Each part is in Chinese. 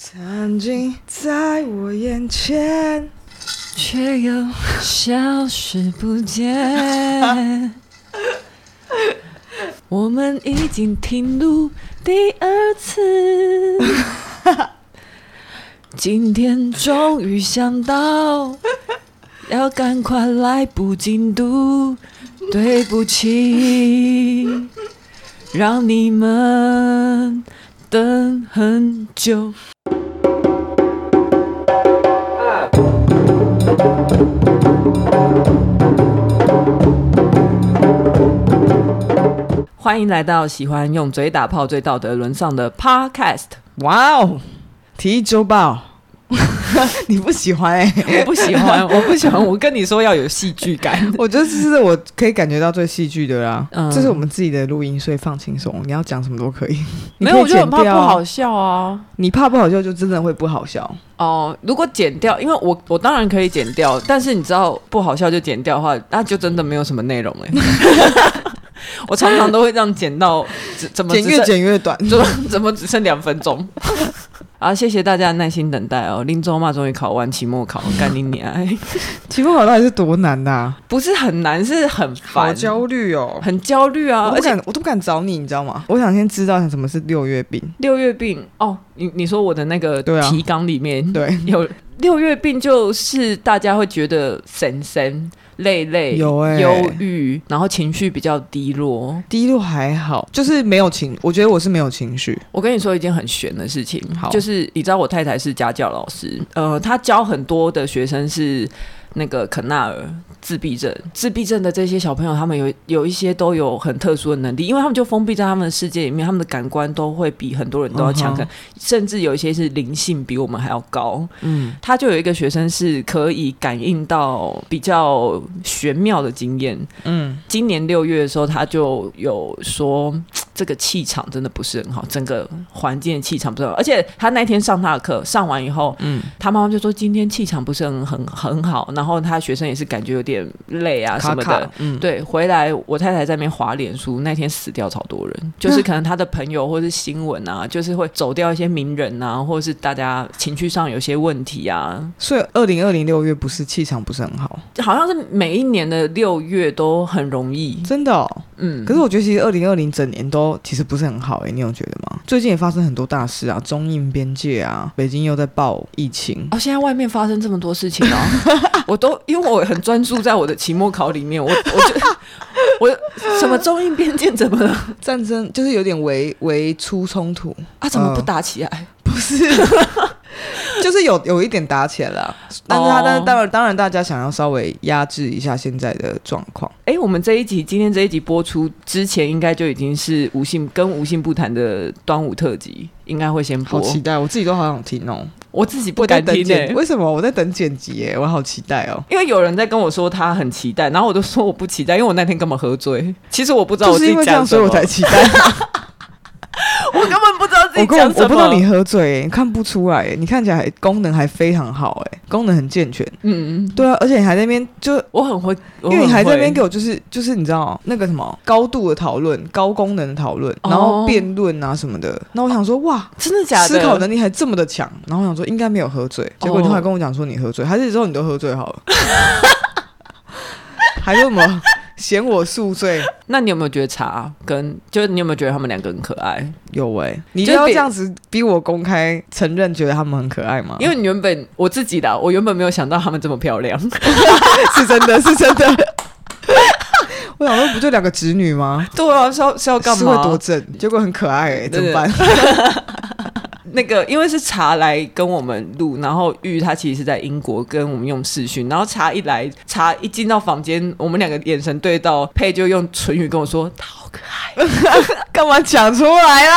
曾经在我眼前， 却又消失不见。我们已经停录第二次，今天终于想到要赶快来补进度，对不起，让你们等很久。欢迎来到喜欢用嘴打炮、最道德沦丧的 Podcast。 哇哦，体育周报，你不喜欢我不喜欢，我不喜欢。我跟你说要有戏剧感， 我觉得这是我可以感觉到最戏剧的啦。这是我们自己的录音，所以放轻松，你要讲什么都可以。 没有，我就很怕不好笑啊。 你怕不好笑，就真的会不好笑。 哦，如果剪掉，因为我当然可以剪掉，但是你知道不好笑就剪掉的话，那就真的没有什么内容我常常都会这样剪到怎么剪越短， 怎么只剩2分钟？啊！谢谢大家的耐心等待哦。林州嘛，终于考完期末考，干你娘！ 期末考到底是多难啊？ 不是很难，是很烦， 好焦虑哦， 很焦虑啊！ 我都不敢找你，你知道吗？我想先知道什么是6月病。 6月病哦，你说我的那个提纲里面对有6月病，就是大家会觉得神神。累忧郁，然后情绪比较低落还好，就是没有情，我觉得我是没有情绪。 我跟你说一件很玄的事情，就是你知道我太太是家教老师，她教很多的学生是那个肯纳尔自闭症的这些小朋友，他们有一些都有很特殊的能力，因为他们就封闭在他们的世界里面，他们的感官都会比很多人都要强，甚至有一些是灵性比我们还要高。他就有一个学生是可以感应到比较玄妙的经验。今年6月的时候，他就有说这个气场真的不是很好，整个环境的气场不是很好，而且他那天上他的课上完以后，他妈妈就说今天气场不是很好，然后他学生也是感觉有点累啊什么的，对，回来我太太在那边滑脸书，那天死掉超多人，就是可能他的朋友或是新闻啊，就是会走掉一些名人啊，或者是大家情绪上有些问题啊。 所以2020 6月不是气场不是很好， 好像是每一年的6月都很容易， 真的哦。可是我觉得其实2020整年都其实不是很好你有觉得吗？最近也发生很多大事啊，中印边界啊，北京又在爆疫情现在外面发生这么多事情我都因为我很专注在我的期末考里面，我什么中印边界怎么了？ 战争就是有点微出冲突啊？怎么不打起来？ 不是。就是有一点打起来了，但是当然大家想要稍微压制一下现在的状况。 我们今天这一集播出之前，应该就已经是无性不谈的端午特辑，应该会先播。 好期待，我自己都好想听哦。 我自己不敢听为什么？我在等剪辑我好期待哦。 因为有人在跟我说他很期待，然后我就说我不期待，因为我那天根本喝醉。其实我不知道我自己讲什么， 所以我才期待。 我根本不知道自己讲什么， 我不知道你喝醉你看不出来你看起来功能还非常好功能很健全。对啊，而且你还在那边就我很会， 因为你还在那边给我就是你知道那个什么高度的讨论、高功能的讨论，然后辩论啊什么的。那我想说哇， 真的假的？ 思考能力还这么的强。然后我想说应该没有喝醉，结果你后来跟我讲说你喝醉，还是之后你都喝醉好了？还有什么？嫌我宿醉？ 那你有没有觉得就是你有没有觉得他们两个很可爱？ 有你就要这样子逼我公开承认觉得他们很可爱吗？ 因为你原本我自己的，我原本没有想到他们这么漂亮。 是真的我想说不就2个侄女吗？ 对啊，是要干嘛？ 是会多正，结果很可爱怎么办？ 那个因为是茶来跟我们录，然后玉他其实是在英国跟我们用视讯，然后茶一进到房间，我们2个眼神对到，佩就用唇语跟我说他好可爱。 干嘛讲出来啦？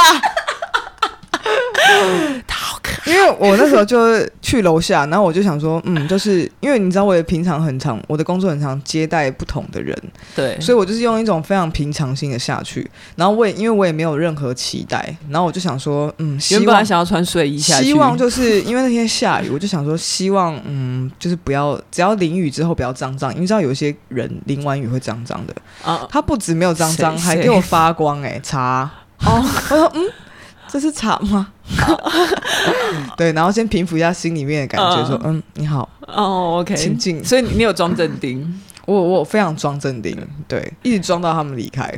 他好可爱。 因为我那时候就去楼下，然后我就想说就是因为你知道我也平常我的工作很常接待不同的人， 对， 所以我就是用一种非常平常心的下去，然后因为我也没有任何期待，然后我就想说原本还想要穿睡衣下去， 希望就是因为那天下雨，我就想说希望就是不要，只要淋雨之后不要脏脏，因为知道有些人淋完雨会脏脏的他不止没有脏脏，还给我发光茶我说这是茶吗？对，然后先平复一下心里面的感觉，说你好 ，OK， 亲近。 所以你有装镇定？ 我非常装镇定，对，一直装到他们离开。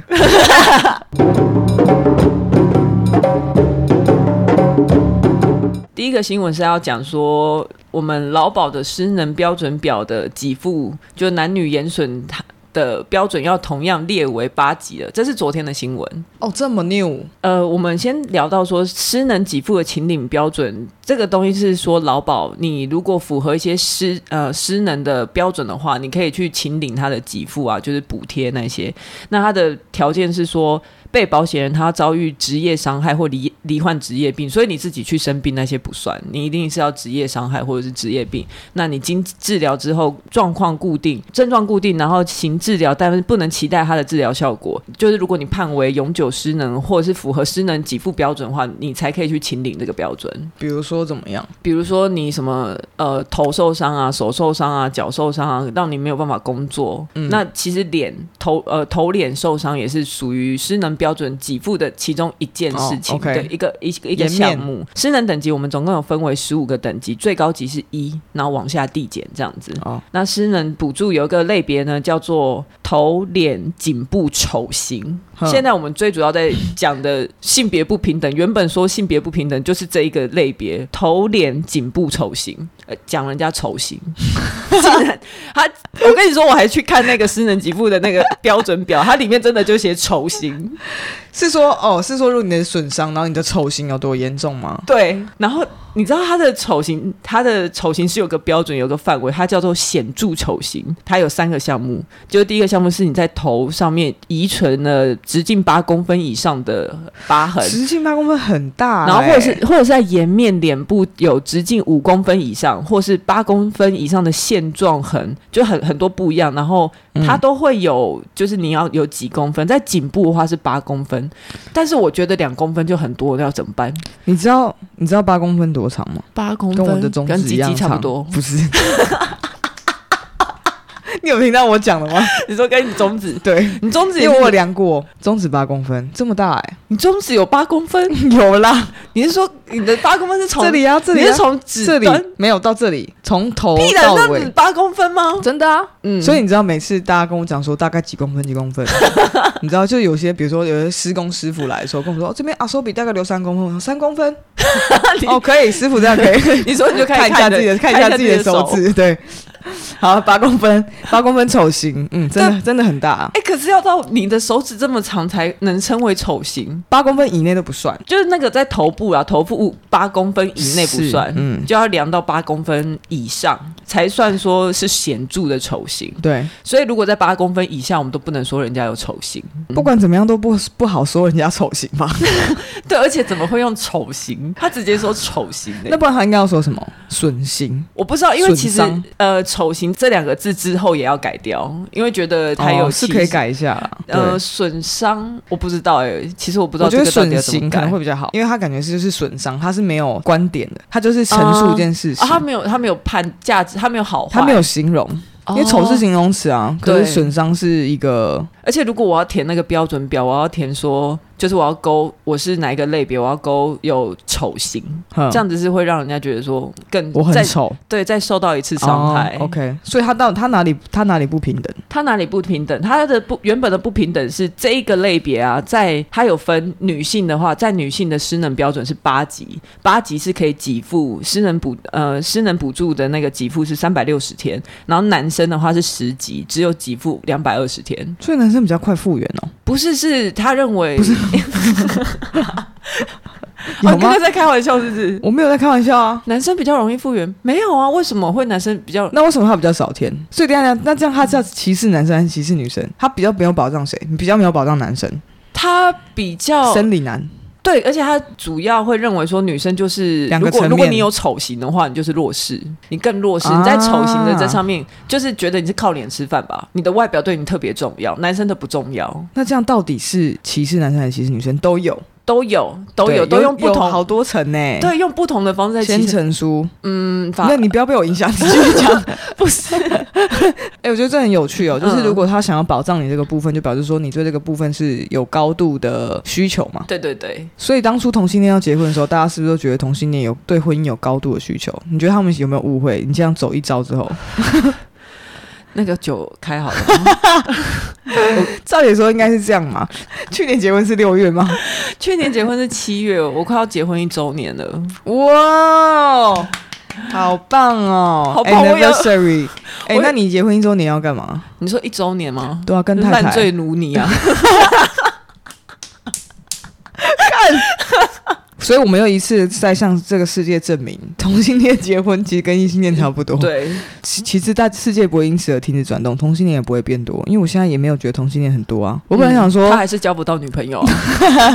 第一个新闻是要讲说，我们劳保的失能标准表的给付，就男女延损的标准要同样列为8级了，这是昨天的新闻哦，这么 new。 我们先聊到说失能给付的请领标准，这个东西是说劳保你如果符合一些失能的标准的话，你可以去请领他的给付啊，就是补贴那些。那他的条件是说，被保险人他遭遇职业伤害或罹患职业病，所以你自己去生病那些不算，你一定是要职业伤害或者是职业病。那你经治疗之后状况固定，症状固定，然后行治疗，但是不能期待它的治疗效果。就是如果你判为永久失能或者是符合失能给付标准的话，你才可以去请领这个标准。 比如说怎么样？ 比如说你什么头受伤啊、手受伤啊、脚受伤啊，让你没有办法工作。那其实头脸受伤也是属于失能标准给付的其中一件事情的一个项目。失能等级我们总共有分为15个等级，最高级是1，然后往下递减这样子。那失能补助有一个类别呢，叫做头脸颈部丑型。现在我们最主要在讲的性别不平等，原本说性别不平等就是这一个类别，头脸颈部丑型，讲人家丑型。竟然我跟你说，我还去看那个失能给付的那个标准表，它里面真的就写丑型。 是说如果你的损伤，然后你的丑型有多严重吗？ 对，然后你知道它的丑型是有个标准，有个范围，它叫做显著丑型。它有3个项目，就是第一个项目是你在头上面遗存了直径8公分以上的疤痕， 直径8公分很大， 然后或者是在颜面脸部有直径5公分以上，或是8公分以上的线状痕，就很多不一样。然后它都会有，就是你要有几公分，在颈部的话是8公分，但是我觉得2公分就很多，要怎么办？ 你知道8公分多长吗 ？8公分跟我的中指一样长， 跟鸡鸡差不多， 不是？你有听到我讲的吗？ 你说跟你中指， 对， 你中指因为我量过，中指8公分，这么大你中指有8公分？ 有啦。 你是说你的8公分是从这里啊？ 你是从指这里没有到这里，从头到尾。 必然这样子8公分吗？ 真的啊。所以你知道每次大家跟我讲说大概几公分，你知道就有些比如说有些施工师傅来的时候跟我说，这边阿手比大概留3公分，3公分。可以，师傅这样可以。 你说你就看一下自己的手指，对。好，8公分丑型，真的很大。 可是要到你的手指这么长才能称为丑型 ，8公分以内都不算， 就是那个在头部啊，头部8公分以内不算，就要量到8公分以上才算说是显著的丑型。 对， 所以如果在8公分以下，我们都不能说人家有丑型， 不管怎么样都不好说人家丑型吧。 对，而且怎么会用丑型？他直接说丑型， 那不然他应该要说什么？损型？ 我不知道，因为其实丑型这2个字之后也要改掉，因为觉得它有是可以改一下啦。 损伤我不知道其实我不知道这个到底要怎么改。我觉得损型可能会比较好，因为它感觉就是损伤，它是没有观点的，它就是陈述一件事情。 它没有判价值，它没有好坏， 它没有形容。因为丑是形容词啊，可是损伤是一个。 而且如果我要填那个标准表，我要填说，就是我要勾我是哪一个类别，我要勾有丑型，这样子是会让人家觉得说我很丑， 对，再受到一次伤害。 OK， 所以他哪里不平等？ 他哪里不平等？他的原本的不平等是这一个类别啊，在他有分女性的话，在女性的失能标准是8级，8级是可以给付失能补助的那个给付是360天，然后男生的话是10级，只有给付220天， 所以男生比较快复原哦。 不是，是他认为不是。 你刚刚在开玩笑是不是？ 我没有在开玩笑啊。 男生比较容易复原？没有啊，为什么会男生比较？ 那为什么他比较少天？所以那这样他是要歧视男生还是歧视女生？他比较没有保障谁？你比较没有保障男生？ 他比较生理男。 对，而且他主要会认为说女生就是如果你有丑型的话，你就是弱势，你更弱势。你在丑型的这上面，就是觉得你是靠脸吃饭吧？你的外表对你特别重要，男生的不重要。 那这样到底是歧视男生还是歧视女生？都有。 都有，都用不同好多层呢。 对，用不同的方式在签成书。 那你不要被我影响，你继续讲。不是，我觉得这很有趣哦。就是如果他想要保障你这个部分，就表示说你对这个部分是有高度的需求嘛。 对对对。 所以当初同性恋要结婚的时候，大家是不是都觉得同性恋对婚姻有高度的需求？你觉得他们有没有误会？你这样走一招之后。 那个酒开好了吗？ 照理说应该是这样嘛。去年结婚是6月吗？ 去年结婚是7月，我快要结婚1周年了。 哇，好棒哦！ 好棒 ！Anniversary。那你结婚1周年要干嘛？ 你说1周年吗？ 对啊，跟太太烂醉如泥啊！ 所以我们又一次在向这个世界证明，同性恋结婚其实跟异性恋差不多。 对， 其实大世界不会因此而停止转动，同性恋也不会变多。因为我现在也没有觉得同性恋很多啊。我本来想说， 他还是交不到女朋友啊。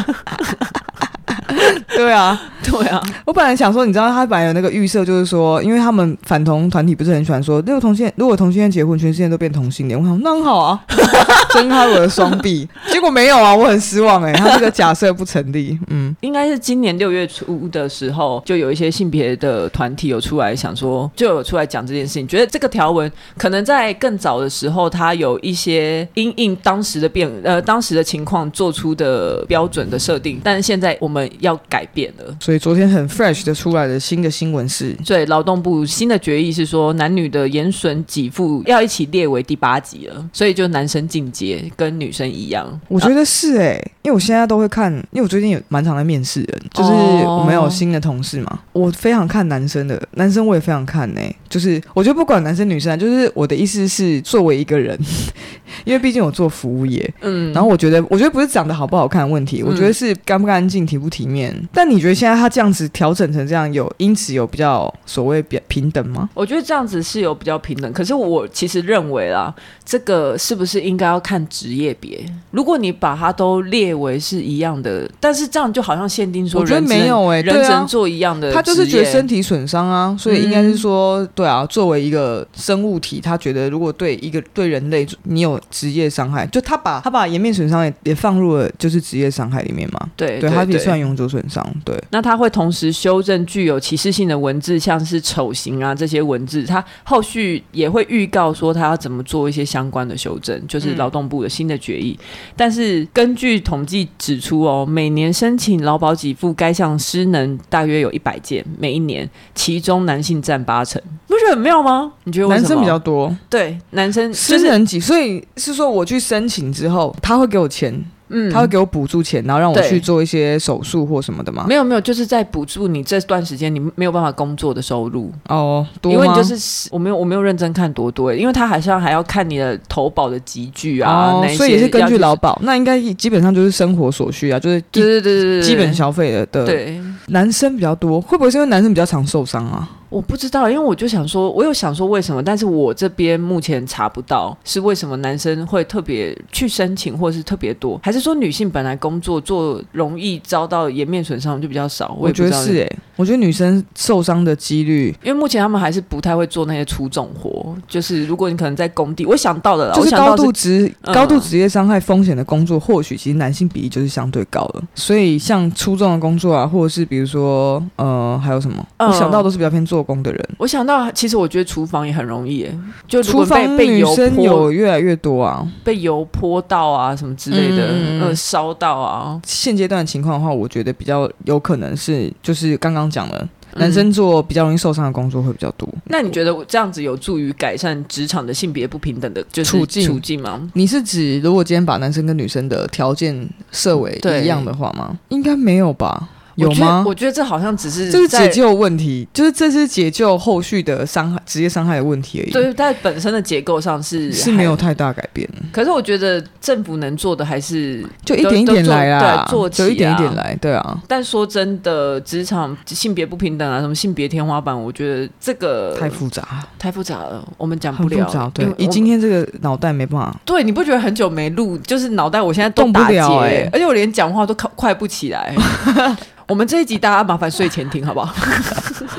对啊， 对啊。 我本来想说，你知道他本来有那个预设，就是说，因为他们反同团体不是很喜欢说，如果同性恋结婚，全世界都变同性恋。我想那很好啊，睁开我的双臂。结果没有啊，我很失望他这个假设不成立。 应该是今年6月初的时候，就有一些性别的团体有出来想说，就有出来讲这件事情，觉得这个条文可能在更早的时候，它有一些因应当时的情况做出的标准的设定，但是现在我们要改变了。 所以昨天很 fresh 的出来的新的新闻是， 对，劳动部新的决议是说，男女的延损给付要一起列为第8级了，所以就男生进阶跟女生一样。 我觉得是因为我现在都会看，因为我最近有蛮常在面试人，就是我们有新的同事嘛，我非常看男生的，男生我也非常看就是我觉得不管男生女生就是我的意思是作为一个人，因为毕竟我做服务业，然后我觉得不是长得好不好看的问题，我觉得是干不干净体不体面。但你觉得现在他这样子调整成这样，因此有比较所谓平等吗？ 我觉得这样子是有比较平等，可是我其实认为啦，这个是不是应该要看职业别？如果你把它都列为是一样的，但是这样就好像限定说， 我觉得没有人只能做一样的职业， 他就是觉得身体损伤啊，所以应该是说，对啊，作为一个生物体，他觉得如果对人类你有职业伤害，就他把颜面损伤也放入了就是职业伤害里面嘛。 对， 他也算永久损伤。对， 那他会同时修正具有歧视性的文字，像是丑型啊这些文字，他后续也会预告说他要怎么做一些相关的修正，就是劳动部的新的决议。但是根据统计指出每年申请劳保给付该项失能大约有100件，每一年，其中男性占80%，不觉得很妙吗？你觉得为什么？ 男生比较多。 对，男生失能所以是说我去申请之后，他会给我钱。他会给我补助钱，然后让我去做一些手术或什么的吗？ 没有，就是在补助你这段时间你没有办法工作的收入。 多吗？ 因为你就是我没有认真看多，因为他好像还要看你的投保的集聚啊，那些， 所以也是根据劳保，那应该基本上就是生活所需啊，就是对基本消费的。 对， 男生比较多，会不会是因为男生比较常受伤啊？ 我不知道，因为我有想说为什么，但是我这边目前查不到是为什么男生会特别去申请，或是特别多，还是说女性本来工作做容易遭到颜面损伤就比较少？我觉得是我觉得女生受伤的几率， 因为目前他们还是不太会做那些粗重活，就是如果你可能在工地，我想到了， 就是高度职业伤害风险的工作，或许其实男性比例就是相对高的，所以像粗重的工作啊，或者是比如说还有什么，我想到都是比较偏做工的人。 我想到其实我觉得厨房也很容易就厨房女生有越来越多啊， 被油泼到啊什么之类的，烧到啊。 现阶段的情况的话，我觉得比较有可能是就是刚刚讲了，男生做比较容易受伤的工作会比较多。 那你觉得这样子有助于改善职场的性别不平等的处境吗？ 你是指如果今天把男生跟女生的条件设为一样的话吗？应该没有吧？有吗？ 我觉得这好像只是这是解救问题，就是这是解救后续的职业伤害的问题而已。 对，在本身的结构上是没有太大改变。 可是我觉得政府能做的还是就一点一点来啦， 对，做起就一点一点来，对啊。 但说真的，职场性别不平等啊，什么性别天花板，我觉得这个太复杂了，我们讲不了。 很复杂，对，以今天这个脑袋没办法。 对，你不觉得很久没录，就是脑袋我现在都打结，而且我连讲话都快不起来。我们这一集大家麻烦睡前听好不好？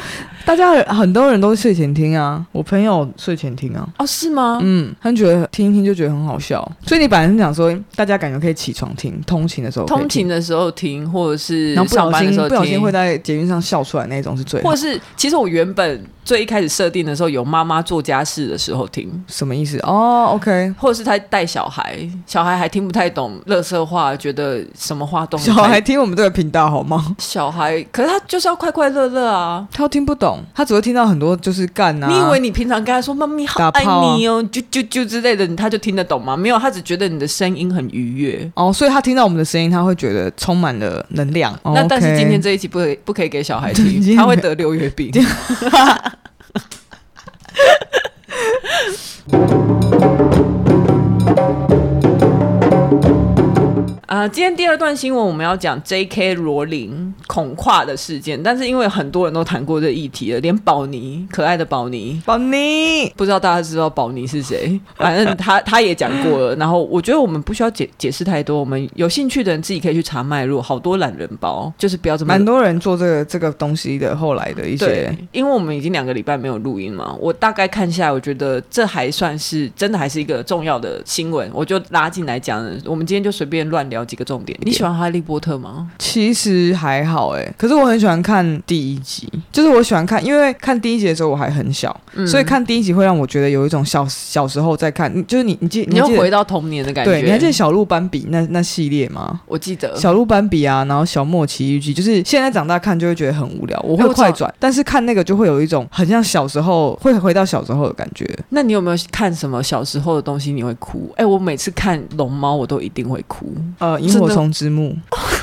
大家很多人都睡前听啊，我朋友睡前听啊。 哦，是吗？ 他觉得听一听就觉得很好笑，所以你本来是想说大家感觉可以起床听，通勤的时候听， 或者是然后上班的时候听， 不小心会在捷运上笑出来那种是最好， 或者是其实我原本最一开始设定的时候有妈妈做家事的时候听。 什么意思？哦 OK， 或者是他带小孩还听不太懂垃圾话，觉得什么话都小孩听我们这个频道好吗？ 小孩可是他就是要快快乐乐啊， 他听不懂，他只会听到很多就是干啊。 你以为你平常跟他说妈咪好爱你哦，啾啾啾之类的，他就听得懂吗？没有，他只觉得你的声音很愉悦哦，所以他听到我们的声音，他会觉得充满了能量。 那但是今天这一期不可以给小孩听，他会得六月病。今天第二段新闻我们要讲 J.K. 罗琳恐跨的事件，但是因为很多人都谈过这议题了，连宝妮，可爱的宝妮，不知道大家知道宝妮是谁，反正他也讲过了。然后我觉得我们不需要解释太多，我们有兴趣的人自己可以去查脉络，好多懒人包，就是不要这么蛮多人做这个东西的，后来的一些。 对，因为我们已经2个礼拜没有录音嘛，我大概看下来，我觉得这还算是真的还是一个重要的新闻，我就拉进来讲了。我们今天就随便乱聊几个重点。你喜欢哈利波特吗？ 其实还好可是我很喜欢看第一集，就是我喜欢看，因为看第一集的时候我还很小，所以看第一集会让我觉得有一种小时候在看，就是你又回到童年的感觉。 对，你还记得小鹿斑比那系列吗？ 我记得小鹿斑比啊，然后小莫奇遇记，就是现在长大看就会觉得很无聊，我会快转，但是看那个就会有一种很像小时候，会回到小时候的感觉。 那你有没有看什么小时候的东西你会哭？我每次看龙猫我都一定会哭。 萤火虫之墓。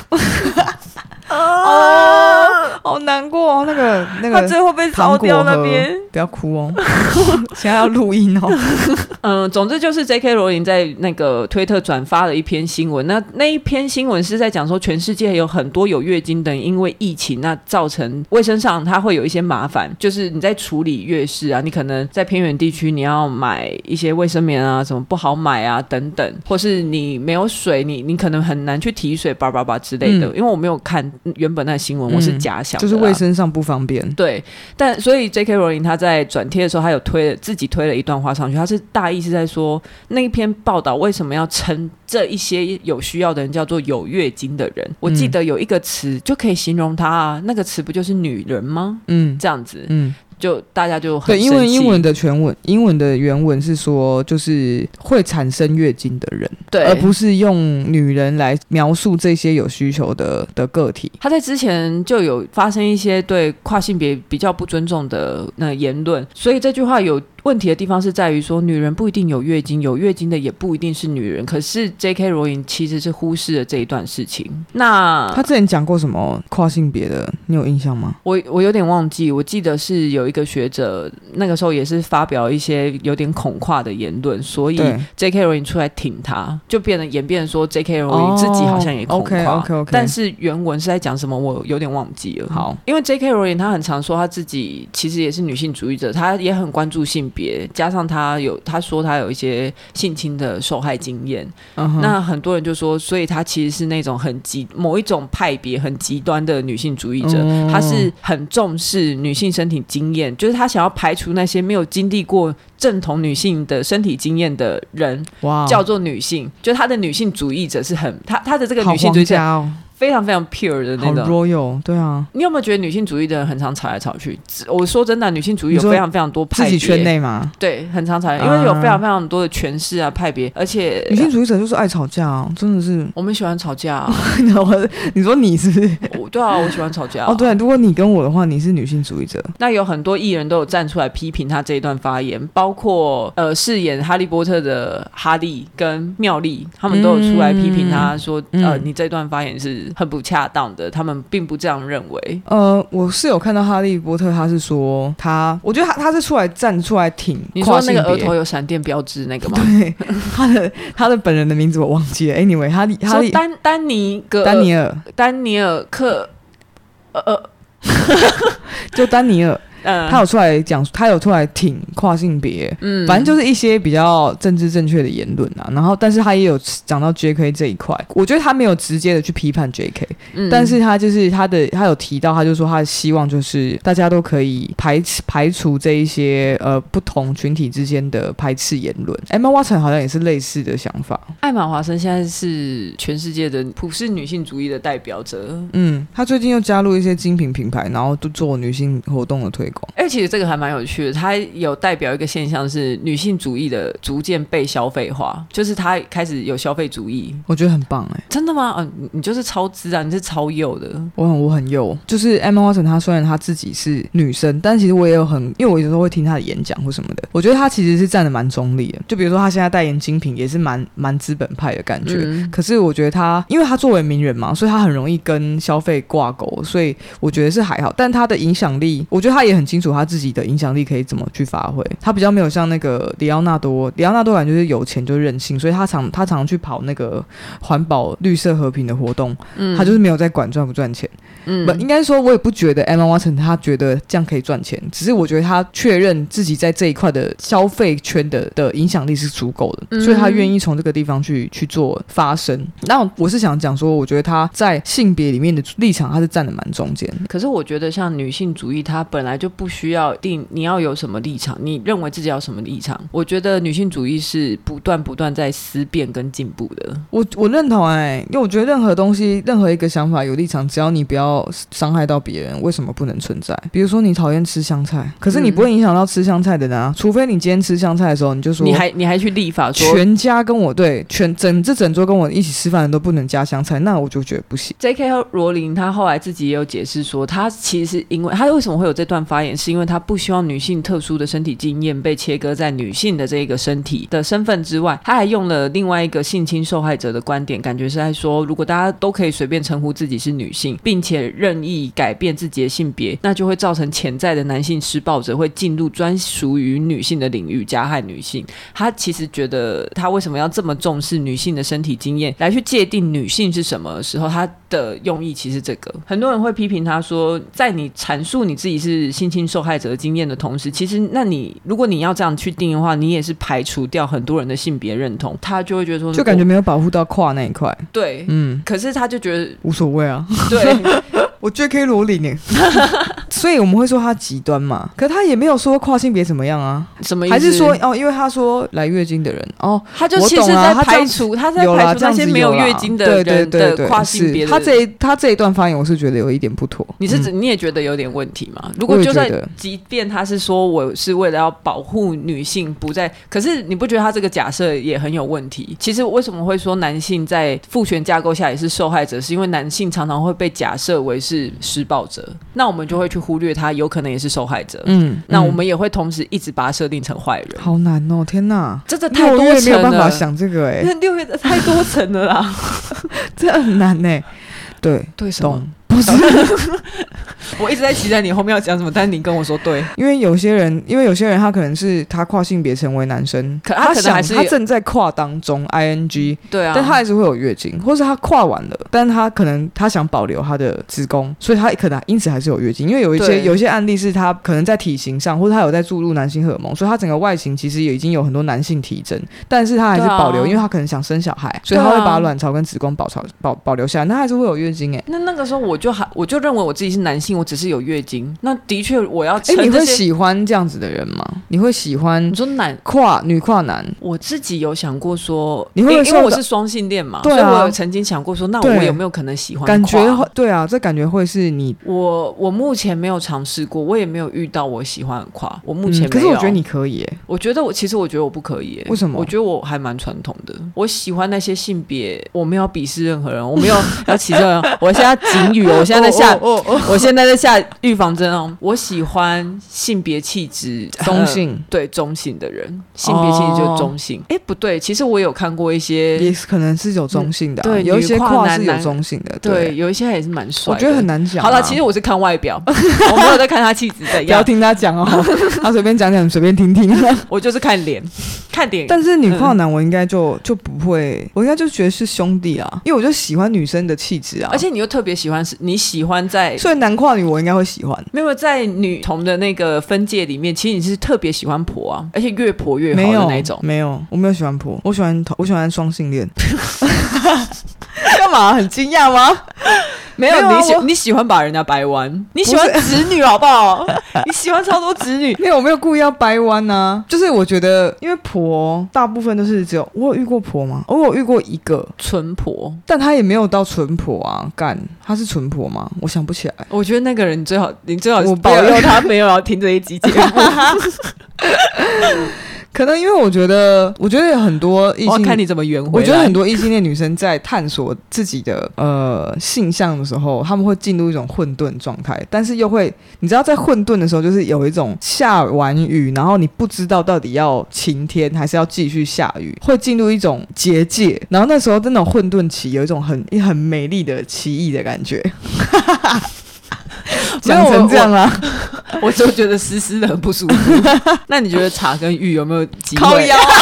好难过哦，那个他最后被烧掉那边， 不要哭哦，现在要录音哦。总之就是 J.K. 罗琳在那个推特转发了一篇新闻，那一篇新闻是在讲说全世界有很多有月经的人因为疫情，那造成卫生上它会有一些麻烦，就是你在处理月事啊，你可能在偏远地区你要买一些卫生棉啊，什么不好买啊等等，或是你没有水，你可能很难去提水叭叭叭之类的。因为我没有看原本那个新闻，我是假想的， 就是卫生上不方便。 对，但所以 J.K. 罗琳他在转贴的时候，他有自己推了一段话上去，他是大意是在说那一篇报道为什么要称这一些有需要的人叫做有月经的人。我记得有一个词就可以形容他啊，那个词不就是女人吗？这样子。就大家就很生气。 对，英文的原文是说，就是会产生月经的人， 对， 而不是用女人来描述这些有需求的个体。 他在之前就有发生一些对跨性别比较不尊重的言论，所以这句话有问题的地方是在于说，女人不一定有月经，有月经的也不一定是女人。可是 J.K. 罗琳其实是忽视了这一段事情。那他之前讲过什么跨性别的，你有印象吗？ 我有点忘记，我记得是有一个学者那个时候也是发表一些有点恐跨的言论，所以 J.K. 罗琳出来挺他，就演变说 J.K. 罗琳自己好像也恐跨。但是原文是在讲什么我有点忘记了。好，因为 J.K. 罗琳他很常说他自己其实也是女性主义者，他也很关注性别，加上他说他有一些性侵的受害经验。那很多人就说，所以他其实是那种某一种派别很极端的女性主义者。他是很重视女性身体经验，就是他想要排除那些没有经历过正统女性的身体经验的人，叫做女性。就他的女性主义者是他的这个女性主义者非常非常 pure 的那种， 好 royal。对啊， 你有没有觉得女性主义的人很常吵来吵去？我说真的，女性主义有非常非常多派别， 自己圈内吗？ 对，很常吵，因为有非常非常多的诠释啊派别，而且女性主义者就是爱吵架啊，真的是。 我们喜欢吵架啊。 你说你是不是？ 对啊，我喜欢吵架啊。 对，如果你跟我的话，你是女性主义者。 那有很多艺人都有站出来批评他这一段发言，包括饰演哈利波特的哈利跟妙丽，他们都有出来批评他说，你这段发言是很不恰当的，他们并不这样认为。 我是有看到哈利波特，他是说我觉得他是站出来挺你说那个额头有闪电标志那个吗？ 对，他的本人的名字我忘记了。Anyway， 哈利丹尼尔克， 就丹尼尔。 他有出来讲，他有出来挺跨性别，反正就是一些比较政治正确的言论啊。然后，但是他也有讲到 JK 这一块，我觉得他没有直接的去批判 JK，但是他就是他有提到，他就说他希望就是大家都可以排除这一些不同群体之间的排斥言论。Emma Watson 好像也是类似的想法。 艾玛华森现在是全世界的普世女性主义的代表者。 他最近又加入一些精品品牌，然后都做女性活动的推广。 其实这个还蛮有趣的，它有代表一个现象是女性主义的逐渐被消费化，就是它开始有消费主义。 我觉得很棒真的吗？你就是超资啊，你是超右的。 我很右，就是 Emma Watson 她虽然她自己是女生，但其实我也有因为我有时候会听她的演讲或什么的，我觉得她其实是站得蛮中立的。就比如说她现在代言精品也是蛮资本派的感觉，可是我觉得她因为她作为名人嘛，所以她很容易跟消费挂钩，所以我觉得是还好。但她的影响力，我觉得她也很清楚她自己的影响力可以怎么去发挥。她比较没有像那个里奥纳多感觉就是有钱就任性，所以她常去跑那个环保绿色和平的活动，她就是没有在管赚不赚钱。应该说我也不觉得 Emma Watson 她觉得这样可以赚钱，只是我觉得她确认自己在这一块的消费圈的影响力是足够的，所以她愿意从这个地方去做发声。那我是想讲说，我觉得她在性别里面的立场，她是站得蛮中间。 可是我觉得像女性主义，它本来就不需要定你要有什么立场，你认为自己要什么立场。我觉得女性主义是不断在思辨跟进步的。 我认同因为我觉得任何东西，任何一个想法有立场，只要你不要伤害到别人，为什么不能存在？比如说你讨厌吃香菜，可是你不会影响到吃香菜的人啊，除非你今天吃香菜的时候，你就说你还去立法说全家跟我整桌跟我一起吃饭的都不能加香菜，那我就觉得不行。 J.K. 罗琳他后来自己也有解释说，他其实因为他为什么会有这段发言，是因为他不希望女性特殊的身体经验被切割在女性的这个身体的身份之外，他还用了另外一个性侵受害者的观点，感觉是在说，如果大家都可以随便称呼自己是女性，并且任意改变自己的性别，那就会造成潜在的男性施暴者会进入专属于女性的领域，加害女性。他其实觉得他为什么要这么重视女性的身体经验来去界定女性是什么的时候，他的用意其实这个。很多人会批评他说，在你阐述你自己是性侵受害者的经验的同时，其实那如果你要这样去定义的话，你也是排除掉很多人的性别认同。他就会觉得说， 就感觉没有保护到跨那一块。 对，可是他就觉得无所谓啊。 对。 我 JK 罗琳耶所以我们会说他极端嘛，可他也没有说跨性别怎么样啊？ 什么意思？ 还是说因为他说来月经的人他就其实在排除那些没有月经的人的跨性别的。 他这一段发言，我是觉得有一点不妥。 你也觉得有点问题吗？如果就算即便他是说我是为了要保护女性不在，可是你不觉得他这个假设也很有问题？其实为什么会说男性在父权架构下也是受害者，是因为男性常常会被假设为是施暴者，那我们就会去忽略他有可能也是受害者。那我们也会同时一直把他设定成坏人。 好难哦，天哪， 真的太多层了， 没有办法想这个那6月的太多层了啦这很难对什么？ 不是我一直在期待你后面要讲什么，但是你跟我说对。 因为有些人他可能是他跨性别成为男生， 他可能还是他正在跨当中 ing， 对啊， 但他还是会有月经，或是他跨完了，但他可能他想保留他的子宫，所以他可能因此还是有月经。因为有一些案例是他可能在体型上，或者他有在注入男性荷尔蒙，所以他整个外形其实也已经有很多男性体征，但是他还是保留，因为他可能想生小孩，所以他会把卵巢跟子宫保留下来，那还是会有月经那个时候我就认为我自己是男性，我只是有月经。那的确我要称你会喜欢这样子的人吗？你会喜欢你说女跨男？我自己有想过说， 你会因为我是双性恋嘛， 对啊， 所以我有曾经想过说，那我有没有可能喜欢跨？ 感觉对啊，这感觉会是你。 我目前没有尝试过，我也没有遇到我喜欢的跨。我目前没有。 可是我觉得你可以我觉得我不可以为什么？ 我觉得我还蛮传统的。我喜欢那些性别，我没有鄙视任何人，我没有要歧视任何人。我现在警语，我现在在下预防针哦。我喜欢性别气质中性， 对中性的人，性别气质就是中性。不对，其实我有看过一些， 也可能是有中性的对， 有一些跨是有中性的， 对，有一些也是蛮帅的。 我觉得很难讲。 好了，其实我是看外表，我没有在看他气质怎样。 不要听他讲他随便讲讲，随便听听。 我就是看脸。 看电影。 但是女跨男我应该就不会，我应该就觉得是兄弟啊，因为我就喜欢女生的气质啊， 而且你又特别喜欢，你喜欢在， 所以男跨女我应该会喜欢。 没有在女同的那个分界里面，其实你是特别喜欢婆啊，而且越婆越好的那种。 没有，我没有喜欢婆，我喜欢双性恋。干嘛？很惊讶吗？ 没有，你喜欢把人家掰弯，你喜欢直女好不好？你喜欢超多直女。 没有，我没有故意要掰弯啊，就是我觉得，因为婆大部分都是只有我有遇过婆吗？我有遇过一个纯婆， 但她也没有到纯婆啊，干，她是纯婆吗？我想不起来。 我觉得那个人你最好保佑他没有要听这一集节目。 可能因为我觉得有很多异性， 我要看你怎么圆回来。 我觉得很多异性恋女生在探索自己的性向的时候，他们会进入一种混沌状态，但是又会，你知道，在混沌的时候，就是有一种下完雨，然后你不知道到底要晴天还是要继续下雨，会进入一种结界，然后那时候那种混沌期有一种很美丽的奇异的感觉。讲成这样啊， 我就觉得湿湿的很不舒服。那你觉得茶跟玉有没有机会？ 靠腰啊！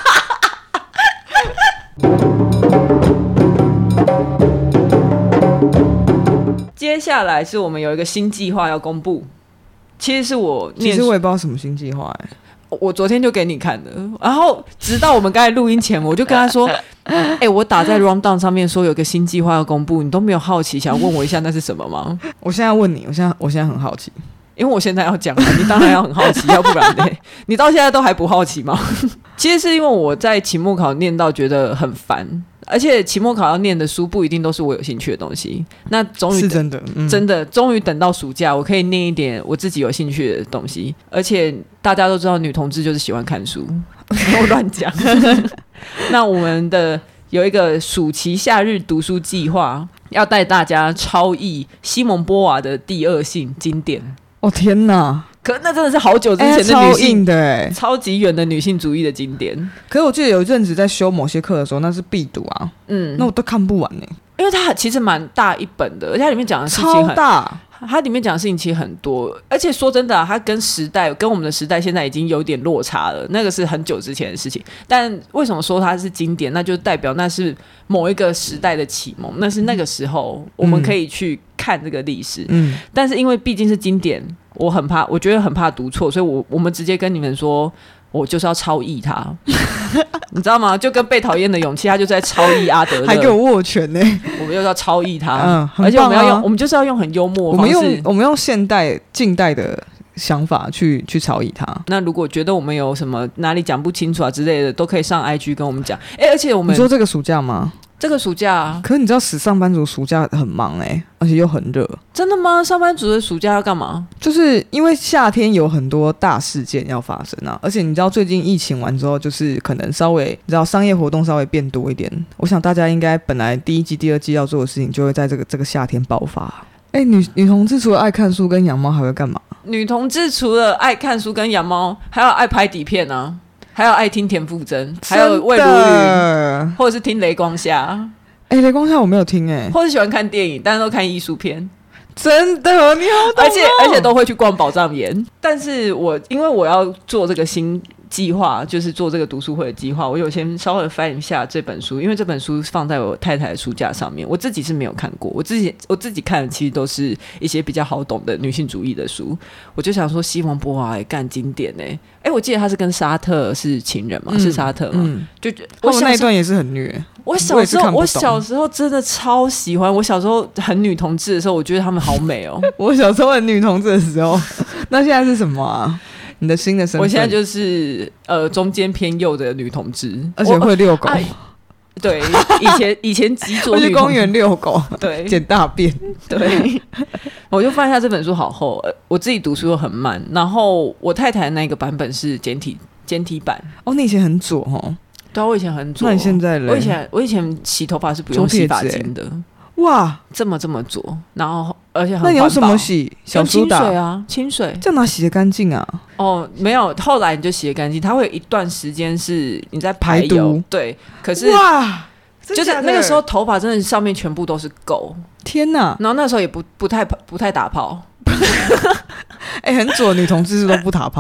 接下来是我们有一个新计划要公布，其实我也不知道什么新计划我昨天就给你看的，然后直到我们刚才录音前，我就跟他说：“我打在 Rundown 上面说有个新计划要公布，你都没有好奇，想问我一下那是什么吗？” 我现在问你，我现在很好奇， 因为我现在要讲，你当然要很好奇，要不然嘞，你到现在都还不好奇吗？其实是因为我在期末考念到觉得很烦。而且期末考要念的书不一定都是我有兴趣的东西，那终于是真的， 真的终于等到暑假，我可以念一点我自己有兴趣的东西。而且大家都知道女同志就是喜欢看书，我乱讲。那我们的有一个暑期夏日读书计划，要带大家超译西蒙波娃的《第二性》经典。 哦天哪！ 可那真的是好久之前的女性， 超硬的超级远的女性主义的经典。 可是我记得有一阵子在修某些课的时候，那是必读啊。那我都看不完呢， 因为它其实蛮大一本的，而且它里面讲的事情超大。 它里面讲的事情其实很多，而且说真的它跟我们的时代现在已经有点落差了，那个是很久之前的事情。但为什么说它是经典？那就代表那是某一个时代的启蒙，那是那个时候我们可以去看这个历史。但是因为毕竟是经典，我觉得很怕读错，所以我们直接跟你们说，我就是要超译它。你知道吗？就跟被讨厌的勇气，他就在超译阿德勒， 还给我握拳呢。 我们又要超译他，而且我们就是要用很幽默的方式， 我们用近代的想法去超译他。 那如果觉得我们有什么哪里讲不清楚啊之类的，都可以上 IG 跟我们讲。而且你说这个暑假吗？ 这个暑假可是你知道死上班族暑假很忙而且又很热。真的吗？上班族的暑假要干嘛？ 就是因为夏天有很多大事件要发生啊，而且你知道最近疫情完之后，就是可能稍微你知道商业活动稍微变多一点。我想大家应该本来第一季第二季要做的事情就会在这个夏天爆发。女同志除了爱看书跟养猫还会干嘛？ 女同志除了爱看书跟养猫，还有爱拍底片啊，还有爱听田馥甄，还有魏如云，或者是听雷光夏。 雷光夏我没有听或者喜欢看电影，但是都看艺术片。 真的，你好懂而且都会去逛宝藏岩。但是因为我要做这个新计划，就是做这个读书会的计划，我有先稍微翻一下这本书，因为这本书放在我太太的书架上面，我自己是没有看过，我自己看的其实都是一些比较好懂的女性主义的书。我就想说西蒙波娃干经典我记得他是跟沙特是情人嘛，是沙特嘛，就我那一段也是很虐。 我小时候真的超喜欢，我小时候很女同志的时候，我觉得他们好美哦。 我小时候很女同志的时候，那现在是什么啊？你的新的身份？ 我现在就是中间偏右的女同志， 而且会遛狗。 对，以前极左去公园遛狗， 对， 捡大便。 对，我就翻一下这本书好厚，我自己读书又很慢，然后我太太那个版本是简体版。 你以前很左哦。 对啊，我以前很左。 那你现在嘞？ 我以前洗头发是不用洗发精的。 哇， 这么左，然后而且很环保。 那你用什么洗？小苏打？ 清水啊，清水。 这样哪洗得干净啊？ 没有，后来你就洗得干净。它会有一段时间是你在排油，对。可是哇， 就是那个时候头发真的上面全部都是垢。 天哪！ 然后那时候也不太打泡。 很左女同志是都不打泡啊？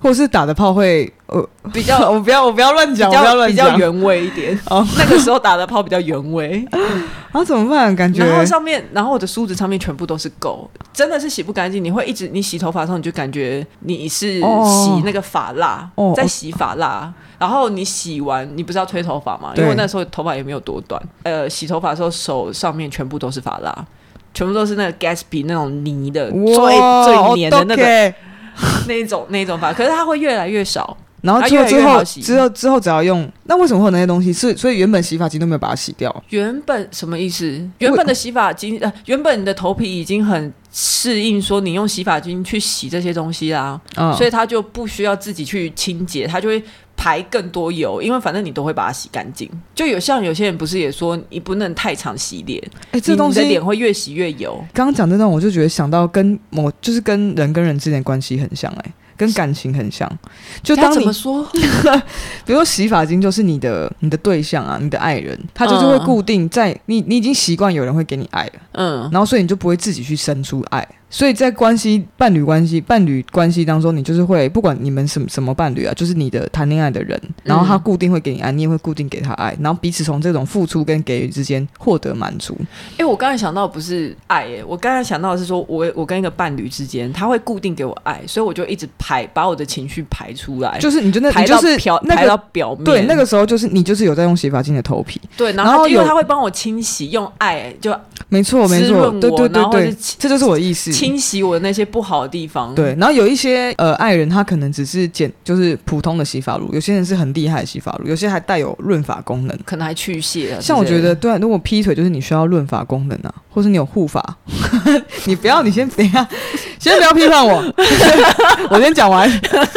或是打的炮会比较我不要乱讲， 比较原味一点。那个时候打的炮比较原味。 啊，怎么办？感觉然后我的梳子上面全部都是垢，真的是洗不干净。你会一直你洗头发的时候，你就感觉你是洗那个发蜡，在洗发蜡。然后你洗完，你不是要吹头发吗？因为我那时候头发也没有多短。洗头发的时候手上面全部都是发蜡，全部都是那个 Gatsby 那种泥的最黏的那个那一种发，可是它会越来越少。 然后之后只要用，那为什么会有那些东西？所以原本洗发精都没有把它洗掉？ 原本什么意思？原本的洗发精，原本你的头皮已经很适应说你用洗发精去洗这些东西啦，所以它就不需要自己去清洁，它就会排更多油，因为反正你都会把它洗干净。就像有些人不是也说你不能太常洗脸，这东西你的脸会越洗越油。刚刚讲这段我就觉得想到就是跟人跟人之间的关系很像跟感情很像。就当你怎么说比如说洗发精就是你的对象啊，你的爱人，他就是会固定在你已经习惯有人会给你爱了，然后所以你就不会自己去生出爱。所以在伴侣关系当中，你就是会不管你们什么伴侣啊，就是你的谈恋爱的人，然后他固定会给你爱，你也会固定给他爱，然后彼此从这种付出跟给予之间获得满足。 我刚才想到不是爱我刚才想到的是说我跟一个伴侣之间，他会固定给我爱，所以我就一直把我的情绪排出来， 就是你排到表面。 对，那个时候就是你就是有在用洗发精的头皮。 对，然后因为他会帮我清洗，用爱就没错，对，这就是我的意思。 清洗我的那些不好的地方。 对，然后有一些爱人他可能只是就是普通的洗发乳，有些人是很厉害的洗发乳，有些还带有润发功能， 可能还去屑像我觉得对如果劈腿就是你需要润发功能啊，或是你有护发你先等一下先不要批判我我先讲完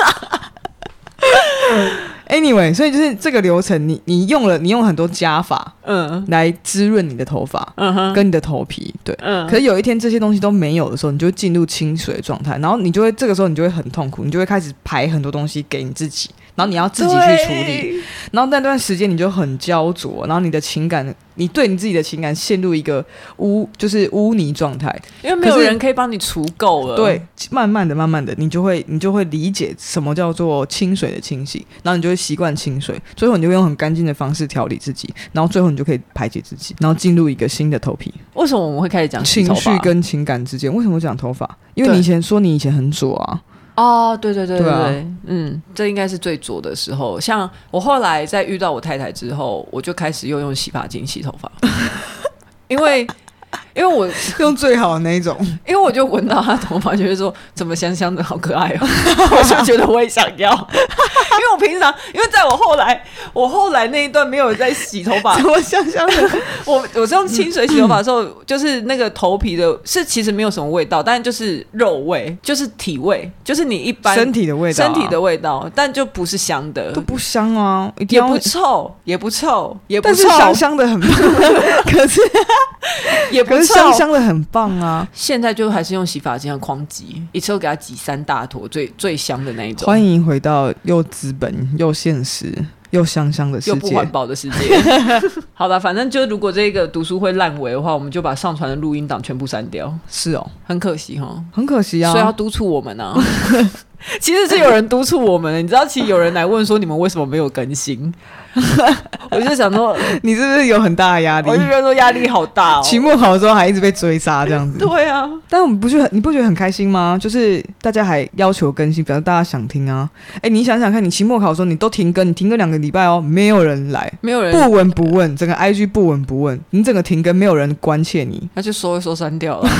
Anyway， 所以就是这个流程，你用很多加法，来滋润你的头发，跟你的头皮，对，可是有一天这些东西都没有的时候，你就会进入清水状态，然后这个时候你就会很痛苦，你就会开始排很多东西给你自己，然后你要自己去处理，然后那段时间你就很焦灼，然后你的情感，你对你自己的情感陷入一个就是污泥状态， 因为没有人可以帮你除垢了。 对，慢慢的，你就会理解什么叫做清水的清洗，然后你就会习惯清水，最后你就会用很干净的方式调理自己，然后最后你就可以排解自己，然后进入一个新的头皮。 为什么我们会开始讲情绪跟情感之间？为什么讲头发？因为你以前说你以前很左啊。 对，这应该是最左的时候。像我后来在遇到我太太之后，我就开始又用洗发精洗头发因为我用最好的那一种， 因为我就闻到她头发，就会说怎么香香的，好可爱我就觉得我也想要因为我平常在我后来那一段没有在洗头发， 怎么香香的我是用清水洗头发的时候，就是那个头皮的是其实没有什么味道，但就是肉味，就是体味，就是你一般身体的味道， 但就不是香的， 都不香啊， 也不臭， 但是香香的很棒可是也不臭， 香香的很棒啊。 现在就还是用洗发精狂挤，一次都给它挤3大坨，最香的那一种。 欢迎回到又资本又现实又香香的世界， 又不环保的世界好了，反正就如果这个读书会烂尾的话，我们就把上传的录音档全部删掉。 是哦， 很可惜齁， 很可惜啊， 所以要督促我们啊其实是有人督促我们，你知道，其实有人来问说你们为什么没有更新我就想说你是不是有很大的压力？ 我就觉得说压力好大期末考的时候还一直被追杀这样子对啊， 但你不觉得很开心吗？就是大家还要求更新，表示大家想听啊。你想想看，你期末考的时候你都停更，你停更2个礼拜没有人来， 没有人不闻不问，整个 IG 不闻不问，你整个停更没有人关切你， 那就说一说删掉了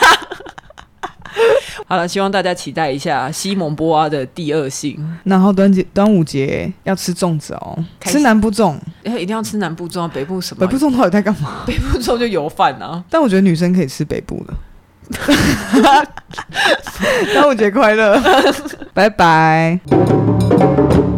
好了，希望大家期待一下西蒙波娃的第2性。 然后端午节要吃粽子吃南部粽， 一定要吃南部粽，北部什么？ 北部粽到底在干嘛？ 北部粽就油饭啊。 但我觉得女生可以吃北部的端午节快乐拜拜